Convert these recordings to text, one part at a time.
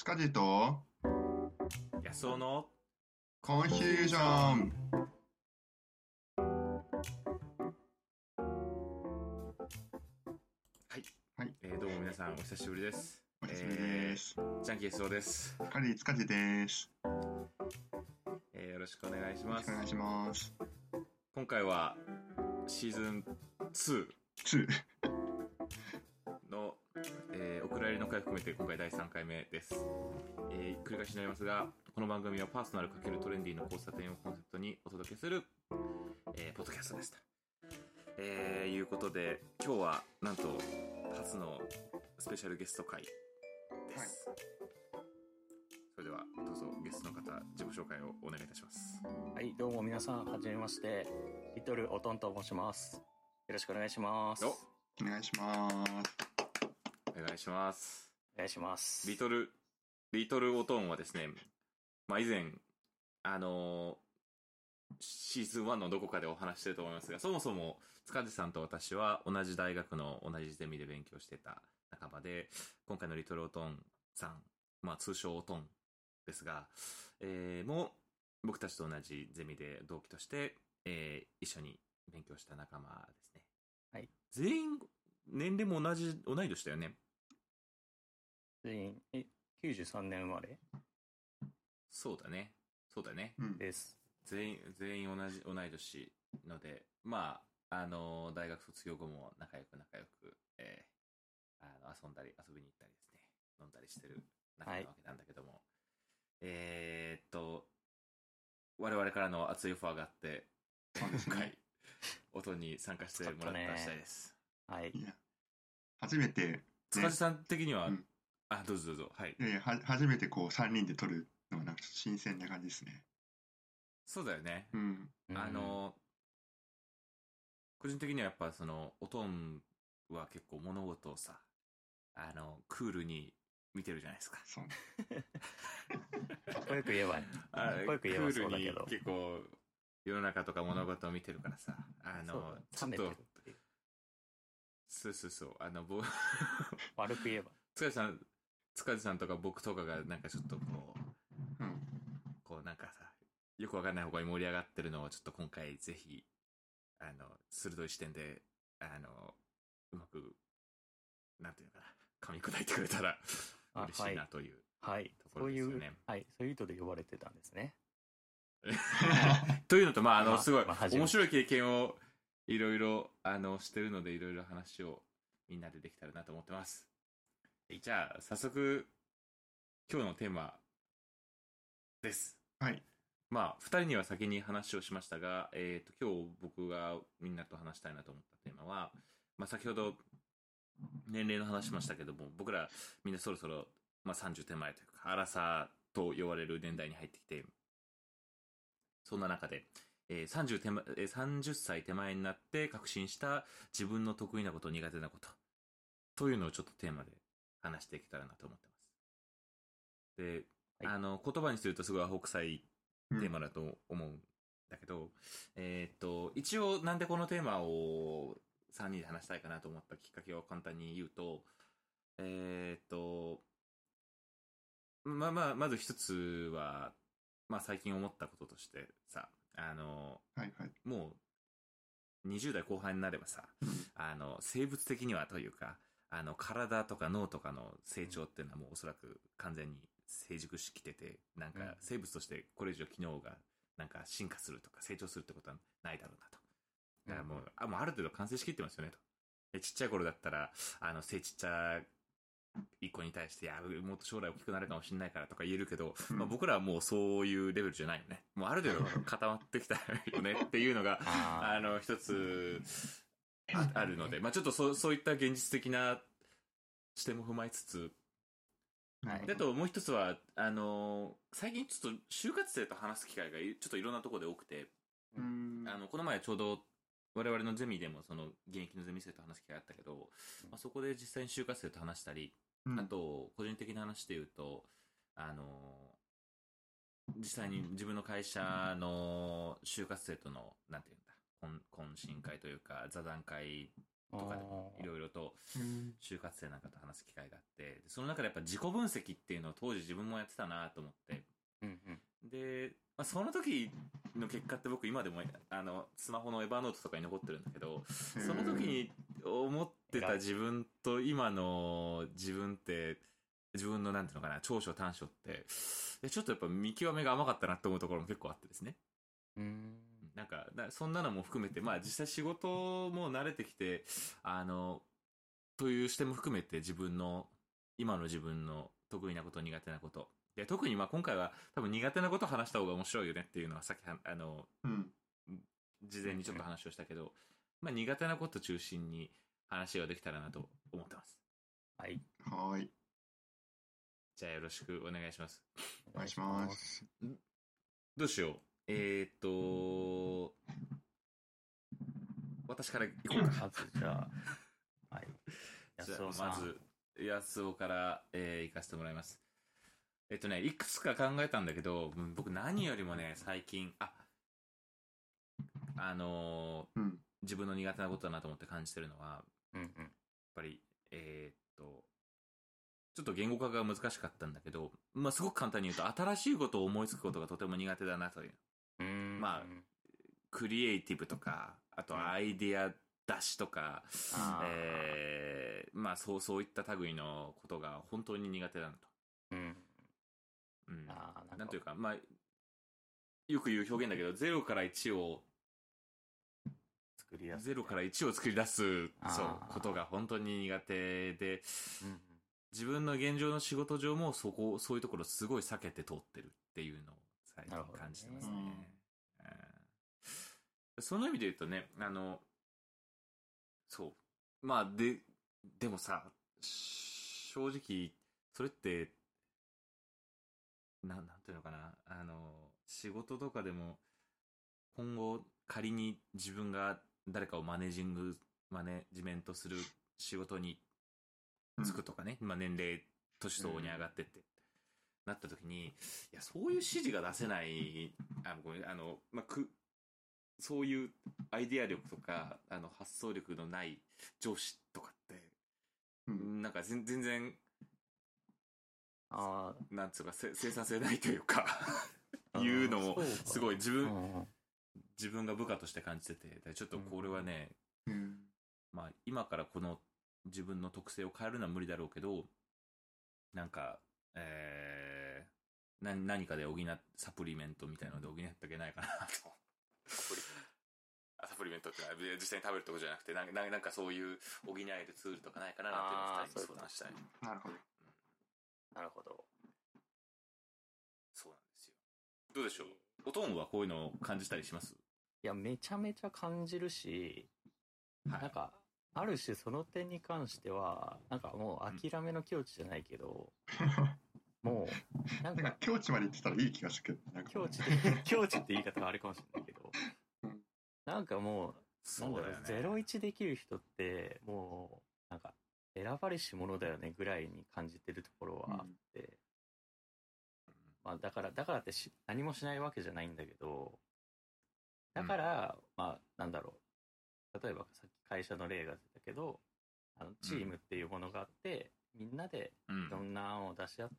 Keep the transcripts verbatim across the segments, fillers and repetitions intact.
塚地と安尾のコンフュージョン。 はい、はい、えー、どうも皆さんお久しぶりです。 お久しぶりです。 えー、ジャンキー安尾です。 カリー塚地です。 えー、よろしくお願いします。 よろしくお願いします。 今回はシーズンツーの、えー、お蔵入りの回含めて今回だいさんかいめです。えー、繰り返しになりますが、この番組はパーソナル×トレンディーの交差点をコンセプトにお届けする、えー、ポッドキャストでした。えー、いうことで今日はなんと初のスペシャルゲスト会です、はい、それではどうぞゲストの方自己紹介をお願いいたします。 はい、どうも皆さんはじめまして、リトルおとんと申します。よろしくお願いします。 お願いします。 お願いします。 お願いします。 リトルリトルおとんはですね、まあ以前あのー、シーズンワンのどこかでお話してると思いますが、そもそも塚地さんと私は同じ大学の同じゼミで勉強してた仲間で、今回のリトルおとんさん、まあ通称おとんですが、えー、もう僕たちと同じゼミで同期として、えー、一緒に勉強した仲間ですね。 はい。 全員年齢も同じ同い年だよね。 全員えきゅうじゅうさんねん生まれ。 そうだね。そうだね。 うん、です。 全員全員同じ同い年ので、まああの大学卒業後も仲良く仲良く、えー、あの遊んだり遊びに行ったりですね、飲んだりしてる仲なわけなんだけども、はい、えー、っと我々からの熱いオファーがあって今回音に参加してもらった次第です。 はい。 いや初めて、ね、 塚地さん的には、うん、あどうぞどうぞ。はい。 いやいやは初めてこうさんにんで撮るのがなんか新鮮な感じですね。 そうだよね。 うん。 あの個人的にはやっぱそのおとんは結構物事をさ、あのクールに見てるじゃないですか。 そう。 かっこよく言えば、かっこよく言えばそうだけど。 クールに結構世の中とか物事を見てるからさ、あのちょっとそうそうそうあのぼ悪く言えば。 塚地さん塚地さんとか僕とかがなんかちょっとこう、うん、こうなんかさよくわかんない方向に盛り上がってるのをちょっと今回ぜひあの鋭い視点であのうまくなんていうのかな噛み砕いてくれたら嬉しいなというところですよね。 そういうはい、そういう意図で呼ばれてたんですね。 というのとまああの、まあ、すごい、まあ、面白い経験をいろいろあのしてるのでいろいろ話をみんなでできたらなと思ってます。じゃあ早速今日のテーマです。 はい。 まあふたりには先に話をしましたが、えー、と今日僕がみんなと話したいなと思ったテーマは、まあ、先ほど年齢の話しましたけども、僕らみんなそろそろ、まあ、さんじゅう手前というかアラサーと呼ばれる年代に入ってきて、そんな中で、えー、さんじゅう手前、えー、さんじゅっさい手前になって確信した自分の得意なこと苦手なことというのをちょっとテーマで話していけたらなと思ってます。で、はい、あの言葉にするとすごいアホ臭いテーマだと思うんだけど、うん、えー、っと一応なんでこのテーマをさんにんで話したいかなと思ったきっかけを簡単に言うと、えー、っとまあまあまず一つは、まあ、最近思ったこととしてさ、あの、 はいはい、 もうにじゅう代後半になればさ、あの生物的にはというか、あの体とか脳とかの成長っていうのはもうおそらく完全に成熟しきてて、なんか生物としてこれ以上機能がなんか進化するとか成長するってことはないだろうなと。だからもう、あ、もうある程度完成しきってますよねと。でちっちゃい頃だったらあの背ちっちゃい子に対していやもっと将来大きくなるかもしれないからとか言えるけど、うん、まあ、僕らはもうそういうレベルじゃないよね。もうある程度固まってきたよねっていうのがあの一つ あ, あるので、まあ、ちょっとそ う, そういった現実的な視点も踏まえつつ、はい、であともう一つはあの最近ちょっと就活生と話す機会がちょっといろんなところで多くて、 うん、 あのこの前ちょうど我々のゼミでもその現役のゼミ生と話す機会あったけど、まあ、そこで実際に就活生と話したり、うん、あと個人的な話で言うと、あの実際に自分の会社の就活生とのなんていうんだ懇親会というか座談会とかでもいろいろと就活生なんかと話す機会があって、その中でやっぱ自己分析っていうのを当時自分もやってたなと思って、 うんうん、 で、まあ、その時の結果って僕今でもあのスマホのエヴァノートとかに残ってるんだけど、その時に思ってた自分と今の自分って自分のなんていうのかな、長所短所ってちょっとやっぱ見極めが甘かったなって思うところも結構あってですね。 うーん、 なんかそんなのも含めて、まあ実際仕事も慣れてきて、あのという視点も含めて自分の今の自分の得意なこと苦手なことで、特にまあ今回は多分苦手なことを話した方が面白いよねっていうのはさっきあの、 うん、 事前にちょっと話をしたけど、まあ苦手なこと中心に話ができたらなと思ってます。 はい。 はい。 じゃあよろしくお願いします。 お願いします。 どうしよう。えー、っと、私から行こうか。 まずじゃあ、はい。安尾さん。 まず、安尾から、えー、行かせてもらいます。えっとね、いくつか考えたんだけど、僕何よりもね、最近、あ、あのーうん、自分の苦手なことだなと思って感じてるのは、 うんうん、 やっぱり、えー、っと、ちょっと言語化が難しかったんだけど、まあ、すごく簡単に言うと、新しいことを思いつくことがとても苦手だなという。 うーん、 まあ、クリエイティブとか、あとアイディア出しとか、うん、えー、まあそう、そういった類のことが本当に苦手だなと。うん。うん。あ、なんなんというか、まあ、よく言う表現だけど、ゼロからいちを、作り出す。ゼロからいちを作り出す、そう、ことが本当に苦手で、うん、自分の現状の仕事上もそこ、そういうところすごい避けて通ってるっていうのを最近感じてますね。その意味で言うとね、あの、そう。まあ、で、でもさ、正直、それって、なん、なんていうのかな、あの、仕事とかでも、今後、仮に自分が誰かをマネージング、マネジメントする仕事に就くとかね、うん、まあ年齢、年相応に上がってって、うん、なった時に、いや、そういう指示が出せない、あの、ごめん、あの、まあ、く、そういうアイデア力とか、あの、発想力のない上司とかって、うん、なんか全然、あなんつうか、生産性ないというかいうのを、すごい自分、自分が部下として感じてて、ちょっとこれはね、うん、まあ、今からこの自分の特性を変えるのは無理だろうけど、なんか、えー、な何かで補っ、サプリメントみたいなので補っていけないかなと。サプリメントってのは実際に食べるとこじゃなくて、なんか、なんかそういう補えるツールとかないかなっていうのをふたりに相談したい。 なるほど。うん、 なるほど。 そうなんですよ。どうでしょう。おとんはこういうのを感じたりします？ いや、めちゃめちゃ感じるし、はい、なんか、ある種その点に関しては、なんかもう諦めの境地じゃないけど、うん、もう、 なんか、なんか境地まで言ってたらいい気がするけど、 境地って、境地って言い方があれかもしれないけど、うん、なんかもう、なんだろう、ゼロイチできる人って、もう、なんか、選ばれし者だよねぐらいに感じてるところはあって、うん、まあだから、だからってし何もしないわけじゃないんだけど、だから、うん、まあ、なんだろう、例えばさっき会社の例が出たけど、あのチームっていうものがあって、うん、みんなでいろんな案を出し合って、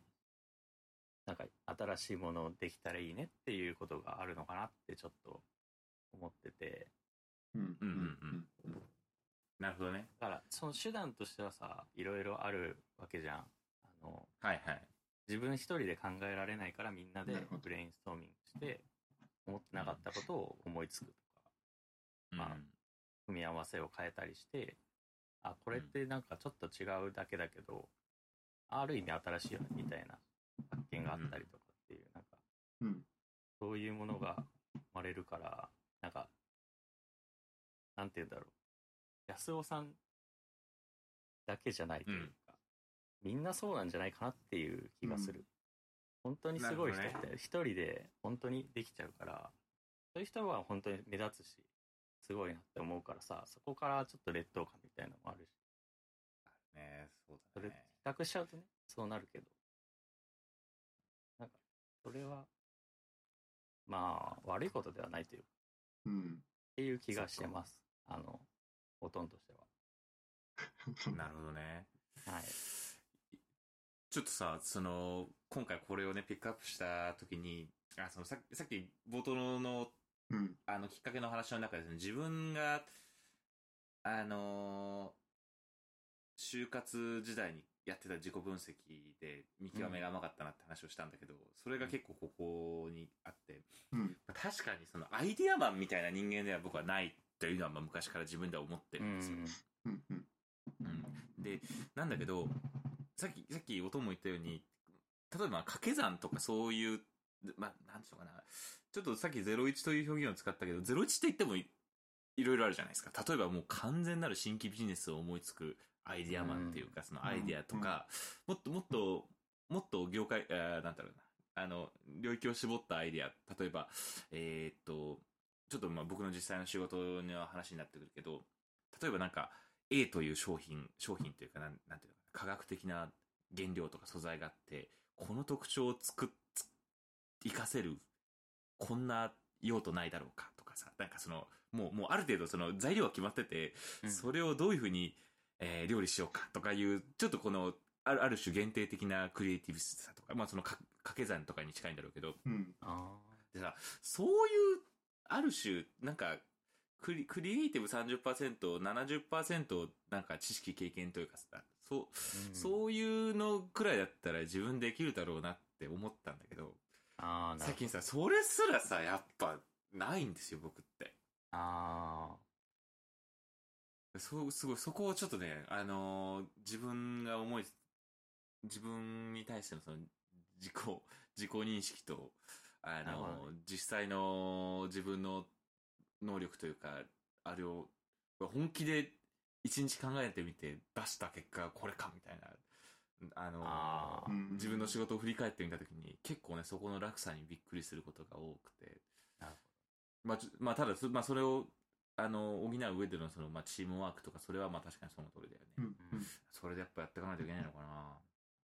うん、なんか新しいものできたらいいねっていうことがあるのかなってちょっと思ってて。 うんうんうんうん。なるほどね。 だからその手段としてはさ、いろいろあるわけじゃん。あの、 はいはい。 自分一人で考えられないからみんなでブレインストーミングして思ってなかったことを思いつくとか、うん、まあ組み合わせを変えたりして、あ、これってなんかちょっと違うだけだけど、うん、ある意味新しいよねみたいな発見があったりとかっていう、なんか、うん、そういうものが生まれるから、なんか、なんて言うんだろう。安尾さんだけじゃないというか、うん、みんなそうなんじゃないかなっていう気がする。うん、本当にすごい人って一人で本当にできちゃうから、そういう人は本当に目立つし、すごいなって思うからさ、そこからちょっと劣等感みたいなのもあるし。 ね、そうだね。 それ比較しちゃうとね、そうなるけど。なんか、それは、まあ、悪いことではないというか、 うん、 っていう気がしてます。あの、 音としては。 なるほどね。 はい。 ちょっとさ、その、今回これをね、ピックアップしたときに、あ、そのさ、さっき冒頭の、 うん、 あの、きっかけの話の中でですね、自分が、あのー、就活時代にやってた自己分析で見極めが甘かったなって話をしたんだけど、それが結構ここにあって、 うん、 確かにそのアイディアマンみたいな人間では僕はないというのはまあ昔から自分では思ってるんですよ。 うんうんうん、で、なんだけど、さっき、さっき音も言ったように、例えば掛け算とかそういう、まあ、なんていうのかな。ちょっとさっきゼロイチという表現を使ったけど、ゼロイチって言ってもい、いろいろあるじゃないですか。例えばもう完全なる新規ビジネスを思いつくアイディアマンっていうか、そのアイディアとか、もっともっと、もっと業界、あなんだろうな。あの、領域を絞ったアイディア。例えば、えー、っと、ちょっとまあ僕の実際の仕事の話になってくるけど、例えばなんか、A という商品、商品というか、なん、なんていうのかな、科学的な原料とか素材があって、この特徴を作っ、活かせる、こんな用途ないだろうかとかさ、なんかその、もう、もうある程度その材料が決まってて、 うん、 それをどういうふうに、えー、料理しようかとかいう、ちょっとこの、ある、ある種限定的なクリエイティブさとか、まあそのか掛け算とかに近いんだろうけど、 うん、 あでさ、そういう、ある種、なんか、クリ、クリエイティブさんじゅっパーセント、ななじゅっパーセントなんか知識経験というかさ、そう、 うん、 そういうのくらいだったら自分できるだろうなって思ったんだけど、 あ、 最近さ、それすらさ、やっぱ、ないんですよ、僕って。 ああ。そう、すごい、そこをちょっとね、あのー、自分が思い、自分に対してのその、自己、自己認識と、あのー、実際の自分の能力というか、あれを、本気で一日考えてみて出した結果これかみたいな、あのーあー自分の仕事を振り返ってみたときに結構ね、そこの落差にびっくりすることが多くて。 なるまあ、まあ、ただ、まあ、それを、あの、補う上でのその、まあ、チームワークとか、それはまあ確かにその通りだよね。 うんうん、 それでやっぱやっていかないといけないのかな。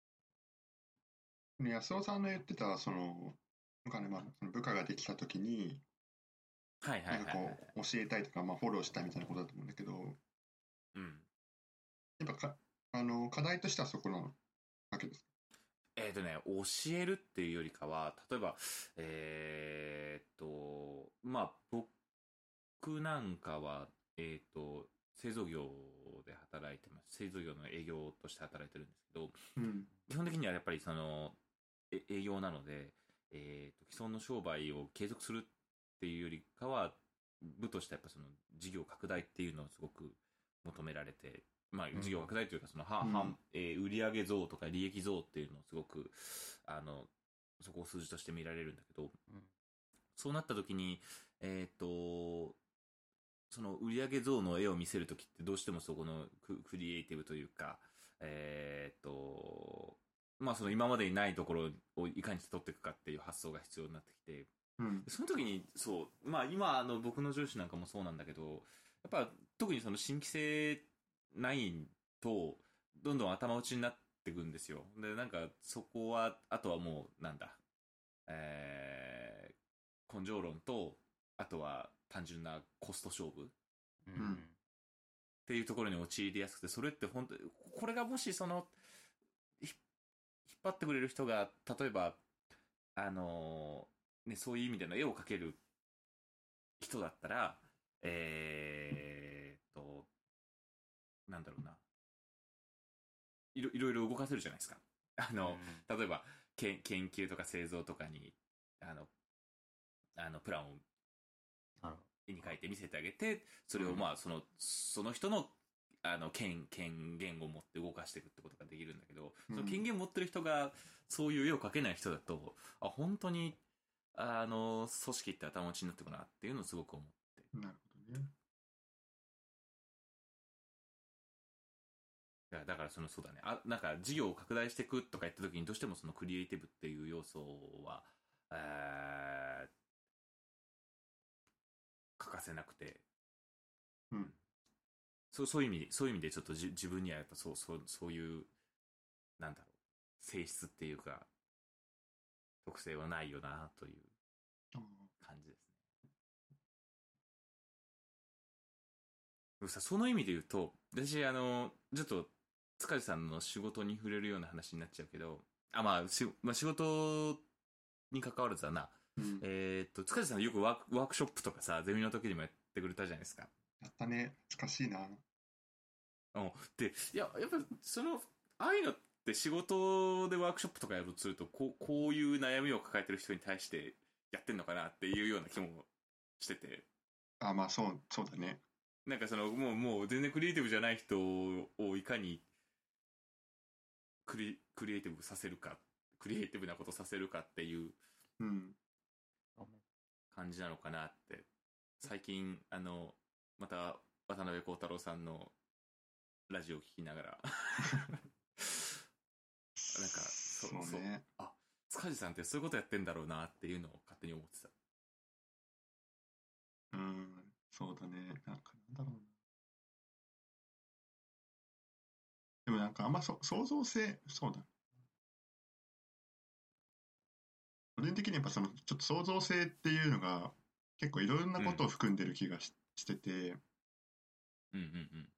うん、安尾さんの言ってた、その、なんかね、まあ、その部下ができたときに、 はいはいはいはい、はい。 なんかこう、教えたいとか、まあ、フォローしたいみたいなことだと思うんだけど、 うん。 やっぱか、あの、課題としてはそこなわけですか？ えっ、ー、とね、教えるっていうよりかは、例えば、えー、っと、まあ、僕なんかは、えー、っと、製造業で働いてます。製造業の営業として働いてるんですけど、 うん、 基本的にはやっぱりその、え営業なので、えー、と既存の商売を継続するっていうよりかは、部としてやっぱその事業拡大っていうのをすごく求められて、まあ、事業拡大というか、その、は、 うんは、えー、売上増とか利益増っていうのをすごく、あの、そこを数字として見られるんだけど、 うん、 そうなった時に、えっ、と、その売上増の絵を見せるときってどうしてもそこのク、クリエイティブというか、えっ、と、まあその今までにないところをいかにして取っていくかっていう発想が必要になってきて、 うん、 その時に、そう、まあ今の僕の上司なんかもそうなんだけど、やっぱ特にその新規性ないと、どんどん頭打ちになっていくんですよ。で、なんかそこは、あとはもう、なんだ、えー、根性論と、あとは単純なコスト勝負っうん、 うん、 ていうところに陥りやすくて、それって本当に、これがもしその、ひ引っ張ってくれる人が、例えば、あのーね、そういう意味での絵を描ける人だったら、えーっと、なんだろうな。いろいろいろ動かせるじゃないですか。あの、例えば、けん研究とか製造とかに、あの、あの、プランをなるほ絵に描いて見せてあげて、それをまあ、その、その人の、あの、権、権限を持って動かしていくってことができるんだけど、 うんその権限を持ってる人が、そういう絵を描けない人だと、あ、本当に、あの、組織って頭打ちになってくなっていうのをすごく思って。 なるほどね。 いや、だからその、そうだね。あ、なんか事業を拡大していくとか言った時にどうしてもそのクリエイティブっていう要素は、えー、欠かせなくて。 うん。 そう、そういう意味、そういう意味でちょっとじ自分にはやっぱそう、そう、そういう、なんだろう、性質っていうか、特性はないよな、というあー感じですね。 さ、その意味で言うと、私、あの、ちょっと、塚地さんの仕事に触れるような話になっちゃうけど、あ、まあ、しまあ、仕事に関わらずだな。 うん。 えーっと、塚地さんよくワーク、ワークショップとかさ、ゼミの時にもやってくれたじゃないですか。 やったね。懐かしいな。 うん。で、いや、やっぱ、その、ああいうのって仕事でワークショップとかやろうとすると、こう、こういう悩みを抱えてる人に対してやってんのかなっていうような気もしてて。 あ、まあそう、そうだね。 なんかその、もう、もう全然クリエイティブじゃない人をいかにクリ、クリエイティブさせるか、クリエイティブなことさせるかっていううん。 感じなのかなって。最近、あの、また渡辺幸太郎さんのラジオを聞きながらなんか、そ、 そうそう、 ね。 あ、塚地さんってそういうことやってんだろうなっていうのを勝手に思ってた。 うん。そうだね。なんかなんだろうな。でもなんかあんまそ創造性、そうだ。個人的にやっぱそのちょっと創造性っていうのが結構いろんなうん。 ことを含んでる気がし、してて、 うんうん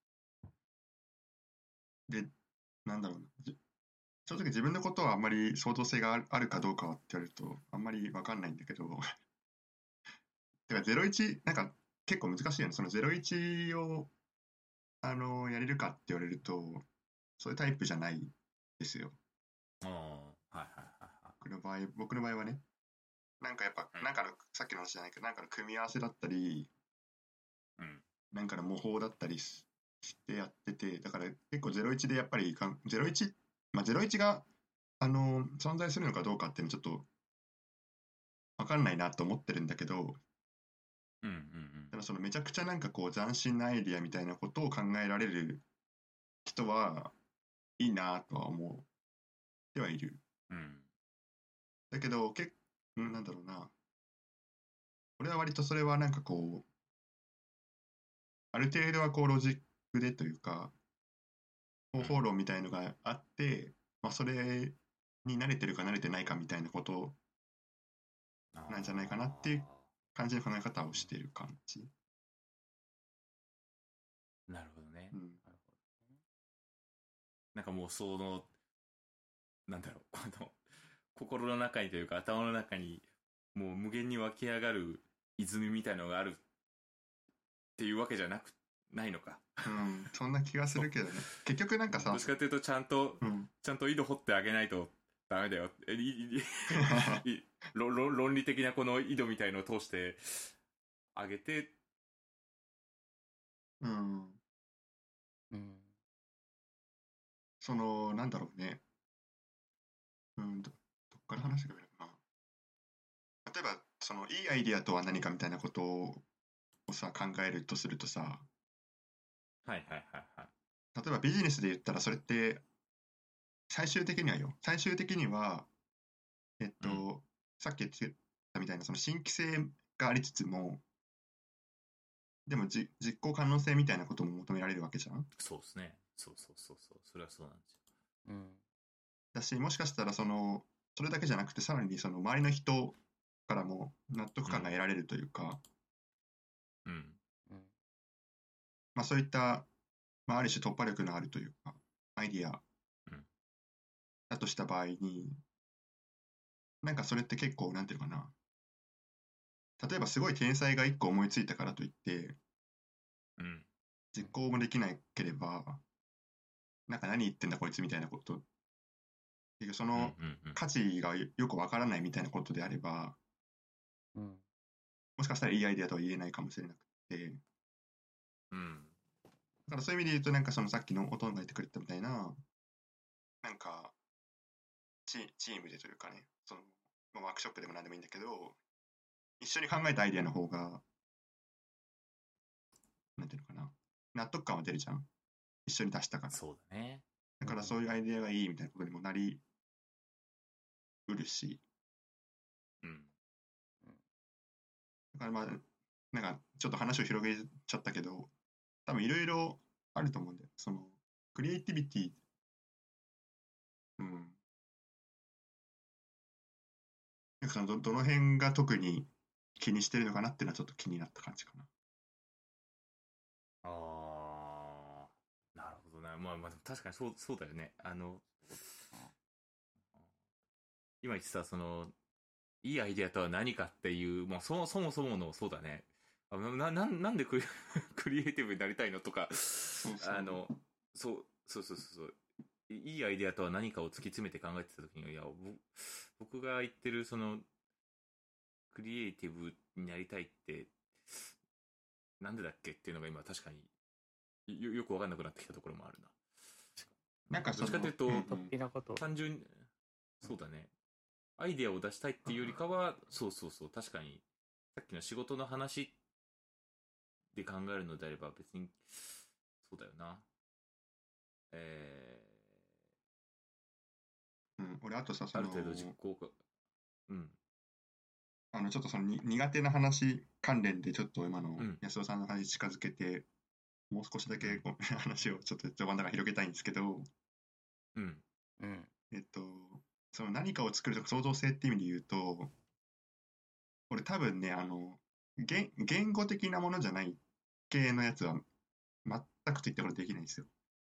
で、なんだろうな。じ正直自分のことはあんまり創造性があるあるかどうかはって言われるとあんまりわかんないんだけど、だからゼロイチ、なんか結構難しいよね。そのゼロイチをあのやれるかって言われると、そういうタイプじゃないですよ。 うん。ああ、はいはいはいは僕の場合、僕の場合はね。なんかやっぱ、 い。 なんかの、さっきの話じゃないけど、なんかの組み合わせだったり、 うん。うん。 なんかの模倣だったりししてやってて、だから結構ゼロイチでやっぱりかん、ゼロイチ、まあゼロイチが、あの、存在するのかどうかっていうのはちょっとわかんないなと思ってるんだけど、 うんうんうん。 ただそのめちゃくちゃなんかこう斬新なアイディアみたいなことを考えられる人はいいなとは思ってはいる。 うん。 だけど、けうんなんだろうな。俺は割とそれはなんかこう、ある程度はこうロジックでというか、方うん。 法論みたいのがあって、まあ、それに慣れてるか慣れてないかみたいなことあなんじゃないかなっていうあ。 感じの考え方をしている感じ。 なるほどね。 うん。 なるほどね。 なんかもうその、なんだろう、あの、心の中にというか頭の中にもう無限に湧き上がる泉みたいのがあるっていうわけじゃなく、ないのか。 うん、そんな気がすそう。 るけどね。結局なんかさ、 どっちかっていうとちゃんと、 うん。 ちゃんと井戸掘ってあげないとダメだよ。えいいいろろ論理的なこの井戸みたいのを通してあげて、 うん。 うん。 その、なんだろうね。うん、ど、どっから話してくれるかな。例えば、その、いいアイディアとは何かみたいなことをさ、考えるとするとさ、 はいはいはいはい。 例えばビジネスで言ったらそれって最終的にはよ、最終的には、えっうん。 と、さっき言ってたみたいなその新規性がありつつも、でもじ実行可能性みたいなことも求められるわけじゃん。 そうですね。そうそうそうそう。それはそうなんですよ。 うん。 だし、もしかしたらその、それだけじゃなくて、さらにその周りの人からも納得感がうん。 得られるというか、 うん。 うん。 まあそういった、まあある種突破力のあるというか、アイディアうん。 だとした場合に、なんかそれって結構、なんていうのかな。例えばすごい天才が一個思いついたからといって、 うん。 実行もできなければ、なんか何言ってんだこいつみたいなこと、結局そうん。うのん。うん。 価値がよよくわからないみたいなことであれば、 うん。 もしかしたらいいアイデアとは言えないかもしれなくて、 うん。 だからそういう意味で言うと、なんかそのさっきの音が言ってくれたみたいな、なんかチチームでというかね、そのまあワークショップでも何でもいいんだけど、一緒に考えたアイデアの方が、なんていうのかな、納得感は出るじゃん。一緒に出したから。 そうだね。 だからそういうアイデアがいいみたいなことにもなりうるし、 うん。 だからまあ、なんかちょっと話を広げちゃったけど、多分いろいろあると思うんだよ。その、クリエイティビティ、うん。なんかそのど、どの辺が特に気にしてるのかなっていうのはちょっと気になった感じかな。 あー、なるほどね。まあまあ、確かにそう、そうだよね。あの、今言ってた、その、いいアイデアとは何かっていう、もうそ、そもそもの、そうだね。あな、な、なんでクリクリエイティブになりたいのとか、 そうそうあの、そう、そうそうそうそう。いいアイデアとは何かを突き詰めて考えてたときに、いや、僕が言ってる、その、クリエイティブになりたいって、なんでだっけっていうのが今確かによ、よくわかんなくなってきたところもあるな。 なんかその、 どっちかというと、 うんうん突飛なことを。 単純に、そうだね。アイデアを出したいっていうよりかは、そうそうそう、確かに、さっきの仕事の話で考えるのであれば別に、そうだよな。えうん、俺あとさ、 ー、 その、 ある程度実行が、うん、 あの、ちょっとそのに苦手な話関連でちょっと今のうん、 安尾さんの話近づけて、もう少しだうん、 けこう話をちょっと序盤だから広げたいんですけど、 うん、 うん。 えっと、その何かを作るとか創造性って意味で言うと、俺多分ね、あの、言、言語的なものじゃない系のやつは全くといったことできないんですよ。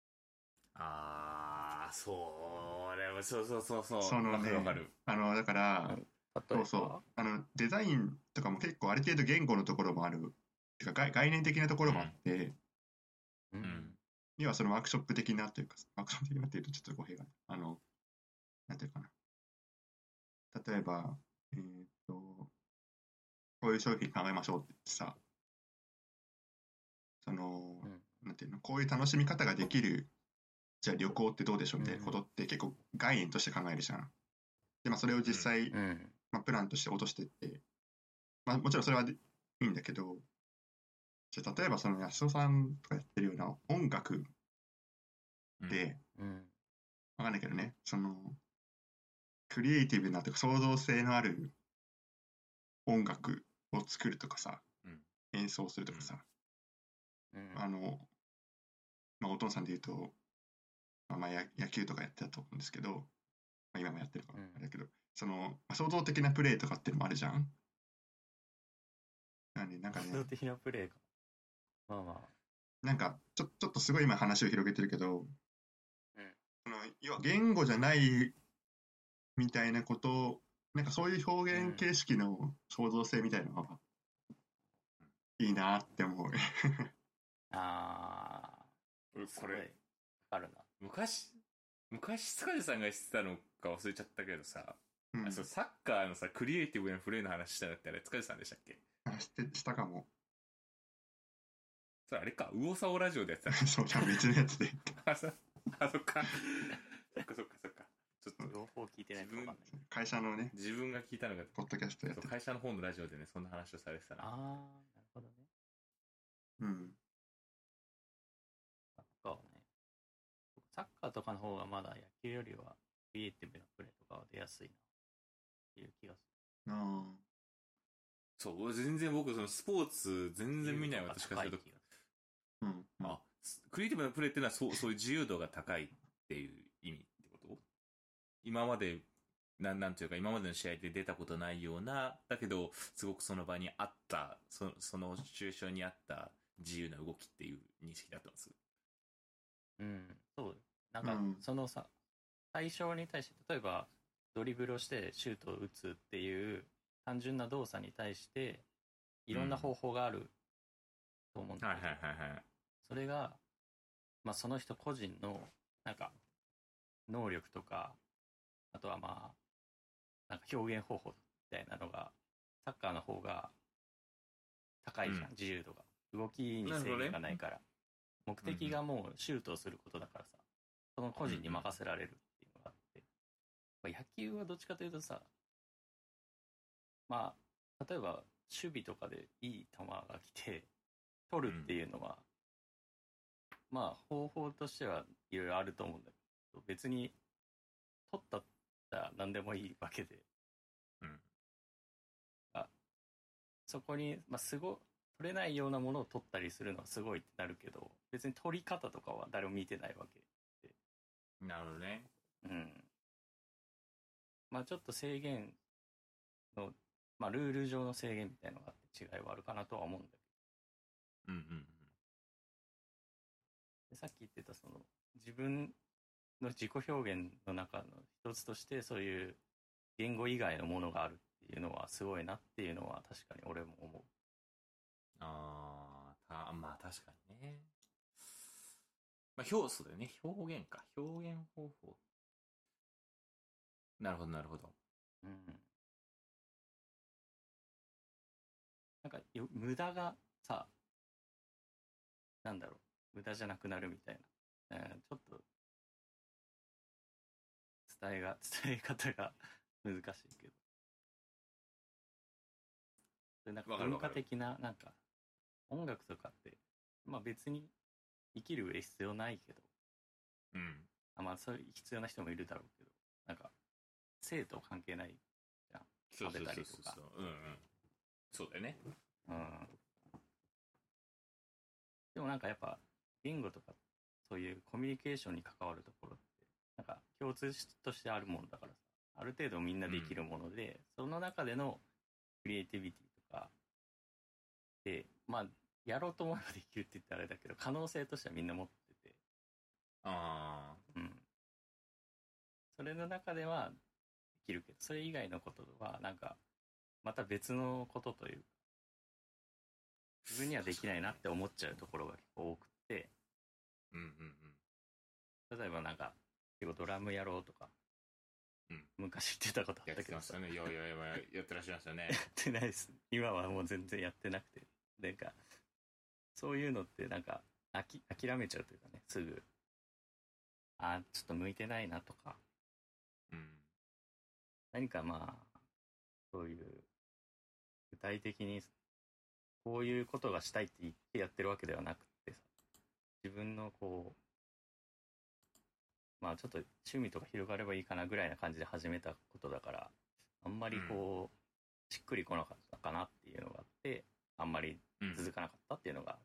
あー、それは、そうそうそうそう、わかるわそのね、 かる。 あの、だかうんら、 例えばそうそう、あの、デザインとかも結構ある程度言語のところもある、てか概概念的なところもあっうん、 て、 ううんん、 要はそのワークショップ的なというか、ワークショップ的なっていうとちょっと語弊がある。あの、なんていうかな。例えば、えーっと、こういう商品考えましょうって言ってさ、その、 うんなんていうの、こういう楽しみ方ができる、じゃあ旅行ってどうでしょうみたいなこうんとって結構概念として考えるじゃん。で、まあそれを実うん、 際、 うんまあ、プランとして落としてって、まあもちろんそれはいいんだけど、じゃあ例えばその安尾さんとかやってるような音楽うん、 で、 うんわかんないけどね、その、クリエイティブなというか創造性のある音楽を作るとかさ、 うん、 演奏するとうん、 かさ、 うんあの、まあ、お父さんで言うと、まあ、まあや野球とかやってたと思うんですけど、まあ、今もやってるからうんあれだけど、その、まあ、創造的なプレーとかっていうのもあるじゃん。なんで、なんかね、 創造的なプレーか。まあまあ。 なんかちょ、ちょっとすごい今話を広げてるけど、 うんその要は言語じゃないみたいなことを、なんかそういう表現形式の創造性みたいなのがいいなって思う。 ああ、 俺すごい。わこれ、 かるな。 昔、昔、塚地さんが言ってたのか忘れちゃったけどさ、 うん。 あそうサッカーのさ、クリエイティブなプレーの話したのってあれ、塚地さんでしたっけ？ あしてしたかも。 それあれか、魚竿ラジオでやってたの。 そう、多分別のやつで。 あ、そあ、そっか。そっかそっかそっか。ちょっと、 両方聞いてないとわかんない。 会社のね、 自分が聞いたのが、 ポッドキャストやってた。 そう会社の方のラジオでね、そんな話をされてたな。 ああ、なるほどね。 うん。 サッカーはね。サッカーとかの方がまだ野球よりはクリエイティブなプレーとかは出やすいなっていう気がすあそう、全然僕、そのスポーツ全る。 然見ない自由度が私からすると、 高い気がすあ。うん。うんあ、クリエイティブなプレーっていうのはそう、そういう自由度が高いっていう意味ってこと？今まで、なん、なんていうか、今までの試合で出たことないような、だけど、すごくその場にあった、そそのシチュエーションにあった自由な動きっていう認識だったんです。 る。うん、そう。なんかうん、 そのさ、対象に対して、例えばドリブルをしてシュートを打つっていう単純な動作に対して、いろんな方法があると思うんだはいけど、 はいはいはい。 それが、まあ、その人個人のなんか能力とか、あとはまあなんか表現方法みたいなのがサッカーの方が高いじゃん、 うん自由度が。動きに制限がないから、目的がもうシュートをすることだからさ、その個人に任せられるっていうのがあって、まあ、野球はどっちかというとさ、まあ例えば守備とかでいい球が来て取るっていうのは、まあ方法としてはいろいろあると思うんだけど、別に取ったら何でもいいわけで、 うん。 あそこに、まあ、すご取れないようなものを取ったりするのはすごいってなるけど、別に取り方とかは誰も見てないわけで、 なるほどね。 うん、まあちょっと制限の、まあルール上の制限みたいなのがあって違いはあるかなとは思うんだけうんうんうん。 でさっき言ってたその自分の自己表現の中の一つとしてそういう言語以外のものがあるっていうのはすごいなっていうのは確かに俺も思う。 ああ、まあ確かにね。まあ表素だよね。表現か。表現方法。なるほどなるほど。 うん。なんかよ無駄がさ、なんだろう、無駄じゃなくなるみたいな。うん、ちょっと伝えが伝え方が難しいけど。それなんか文化的ななんか音楽とかってまあ別に生きる上必要ないけど、 うん。 あまあそういう必要な人もいるだろうけど、なんか性と関係ないじゃん。食べたりとか。 うんうん。そうだよね。 うん。でもなんかやっぱ言語とかそういうコミュニケーションに関わるところってなんか共通としてあるもんだからさ、ある程度みんなできるもので、うん、その中でのクリエイティビティとかで、まあやろうと思えばできるって言ったらあれだけど、可能性としてはみんな持ってて、 ああ、 うん、それの中ではできるけど、それ以外のことはなんかまた別のことというか、自分にはできないなって思っちゃうところが結構多くて、 うんうんうん、例えばなんか結構ドラムやろうとか、 うん、 昔言ってたことあったけどさ、やってますよね。いやいやいややってらっしゃいますよね。 やってないです。今はもう全然やってなくて、なんかそういうのってなんかあき諦めちゃうというかね、すぐあちょっと向いてないなとか、 うん、 何かまあそういう具体的にこういうことがしたいって言ってやってるわけではなくてさ、自分のこうまあちょっと趣味とか広がればいいかなぐらいな感じで始めたことだから、あんまりこう、うん、しっくりこなかったかなっていうのがあって、あんまり続かなかったっていうのが、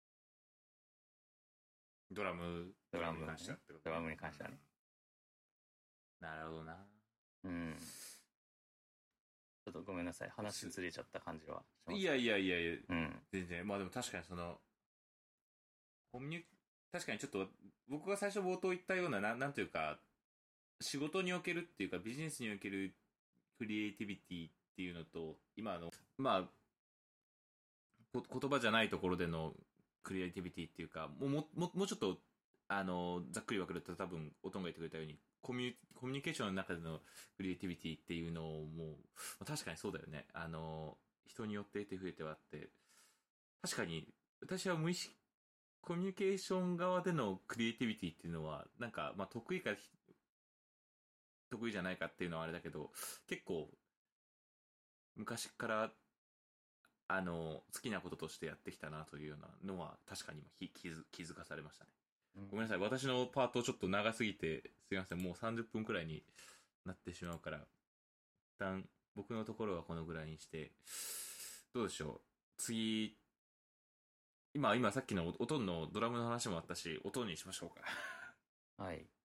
うん、ドラムドラムに関してはってこと、ね、ドラムに関してはね、 うん、なるほどな。 うん。ちょっとごめんなさい、話ずれちゃった感じはします。 いやいやいやいや、 うん、 全然。まあでも確かにそのコミュニ確かにちょっと僕が最初冒頭言ったようなな、なんというか仕事におけるっていうかビジネスにおけるクリエイティビティっていうのと今のまあ言葉じゃないところでのクリエイティビティっていうかもうもももうちょっとあのざっくり分けると多分おとんが言ってくれたようにコミュコミュニケーションの中でのクリエイティビティっていうのをもう確かにそうだよね。あの人によって得て増えてはあって確かに私は無意識コミュニケーション側でのクリエイティビティっていうのはなんかまあ得意か得意じゃないかっていうのはあれだけど結構昔からあの好きなこととしてやってきたなというようなのは確かに今気づ気づかされましたね、うん、ごめんなさい私のパートちょっと長すぎてすいませんもうさんじゅっぷんくらいになってしまうから一旦僕のところはこのぐらいにしてどうでしょう次今今さっきの音のドラムの話もあったし音にしましょうかはい